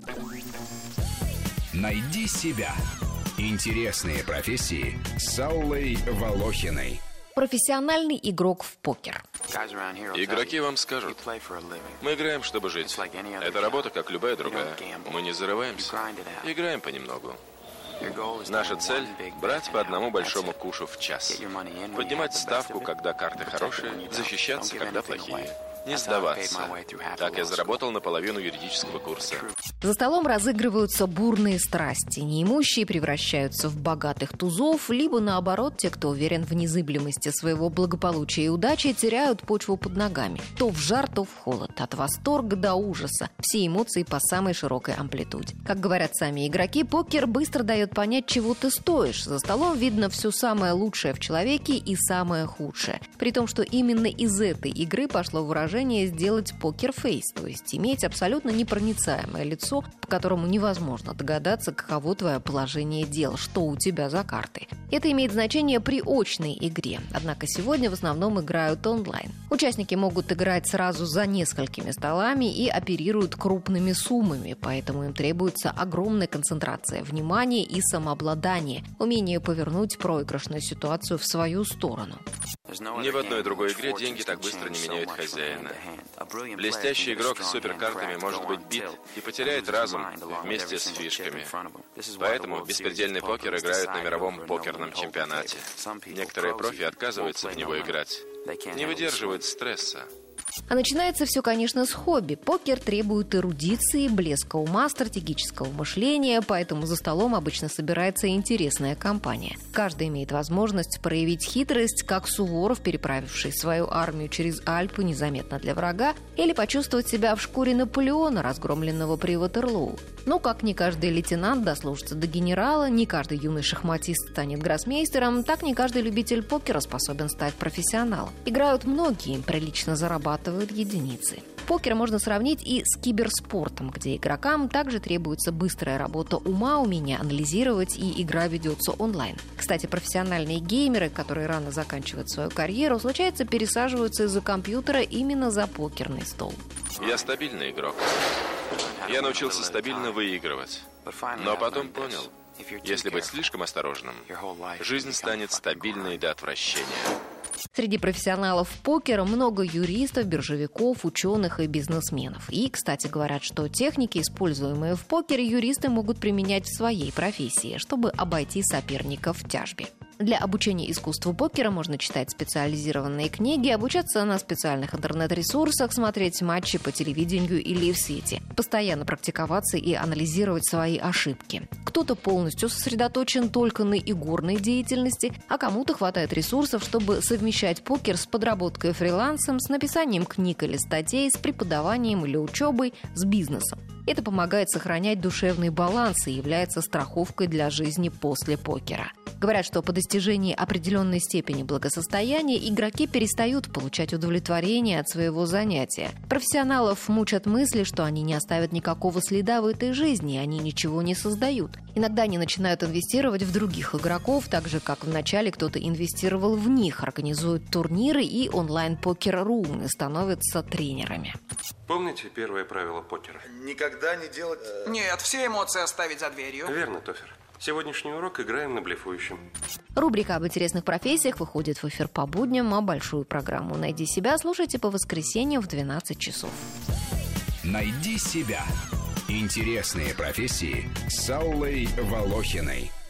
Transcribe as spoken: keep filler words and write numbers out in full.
Найди себя. Интересные профессии с Аллой Волохиной. Профессиональный игрок в покер. Игроки вам скажут: мы играем, чтобы жить. Это работа, как любая другая. Мы не зарываемся. Играем понемногу. Наша цель – брать по одному большому кушу в час. Поднимать ставку, когда карты хорошие, защищаться, когда плохие. Не сдаваться. Так я заработал наполовину юридического курса. За столом разыгрываются бурные страсти. Неимущие превращаются в богатых тузов, либо наоборот, те, кто уверен в незыблемости своего благополучия и удачи, теряют почву под ногами. То в жар, то в холод. От восторга до ужаса. Все эмоции по самой широкой амплитуде. Как говорят сами игроки, покер быстро дает понять, чего ты стоишь. За столом видно все самое лучшее в человеке и самое худшее. При том, что именно из этой игры пошло выражение сделать покер-фейс, то есть иметь абсолютно непроницаемое лицо, по которому невозможно догадаться, каково твое положение дел, что у тебя за карты. Это имеет значение при очной игре, однако сегодня в основном играют онлайн. Участники могут играть сразу за несколькими столами и оперируют крупными суммами, поэтому им требуется огромная концентрация внимания и самообладание, умение повернуть проигрышную ситуацию в свою сторону. Ни в одной другой игре деньги так быстро не меняют хозяина. Блестящий игрок с суперкартами может быть бит и потеряет разум вместе с фишками. Поэтому в беспредельный покер играют на мировом покерном чемпионате. Некоторые профи отказываются в него играть, не выдерживают стресса. А начинается все, конечно, с хобби. Покер требует эрудиции, блеска ума, стратегического мышления, поэтому за столом обычно собирается интересная компания. Каждый имеет возможность проявить хитрость, как Суворов, переправивший свою армию через Альпы незаметно для врага, или почувствовать себя в шкуре Наполеона, разгромленного при Ватерлоу. Но как не каждый лейтенант дослужится до генерала, не каждый юный шахматист станет гроссмейстером, так не каждый любитель покера способен стать профессионалом. Играют многие, прилично зарабатывают единицы. Покер можно сравнить и с киберспортом, где игрокам также требуется быстрая работа ума, умение анализировать, и игра ведется онлайн. Кстати, профессиональные геймеры, которые рано заканчивают свою карьеру, случается, пересаживаются из-за компьютера именно за покерный стол. Я стабильный игрок. Я научился стабильно выигрывать. Но потом понял, если быть слишком осторожным, жизнь станет стабильной до отвращения. Среди профессионалов покера много юристов, биржевиков, ученых и бизнесменов. И, кстати, говорят, что техники, используемые в покере, юристы могут применять в своей профессии, чтобы обойти соперников в тяжбе. Для обучения искусству покера можно читать специализированные книги, обучаться на специальных интернет-ресурсах, смотреть матчи по телевидению или в сети, постоянно практиковаться и анализировать свои ошибки. Кто-то полностью сосредоточен только на игорной деятельности, а кому-то хватает ресурсов, чтобы совмещать покер с подработкой фрилансом, с написанием книг или статей, с преподаванием или учебой, с бизнесом. Это помогает сохранять душевный баланс и является страховкой для жизни после покера. Говорят, что по достижении определенной степени благосостояния игроки перестают получать удовлетворение от своего занятия. Профессионалов мучат мысли, что они не оставят никакого следа в этой жизни, они ничего не создают. Иногда они начинают инвестировать в других игроков, так же, как вначале кто-то инвестировал в них, организуют турниры и онлайн-покер-румы, становятся тренерами. Помните первое правило покера? Никогда не делать... Нет, все эмоции оставить за дверью. Верно, Тофер. Сегодняшний урок играем на блефующем. Рубрика об интересных профессиях выходит в эфир по будням, а большую программу «Найди себя» слушайте по воскресеньям в двенадцать часов. Найди себя. Интересные профессии с Аллой Волохиной.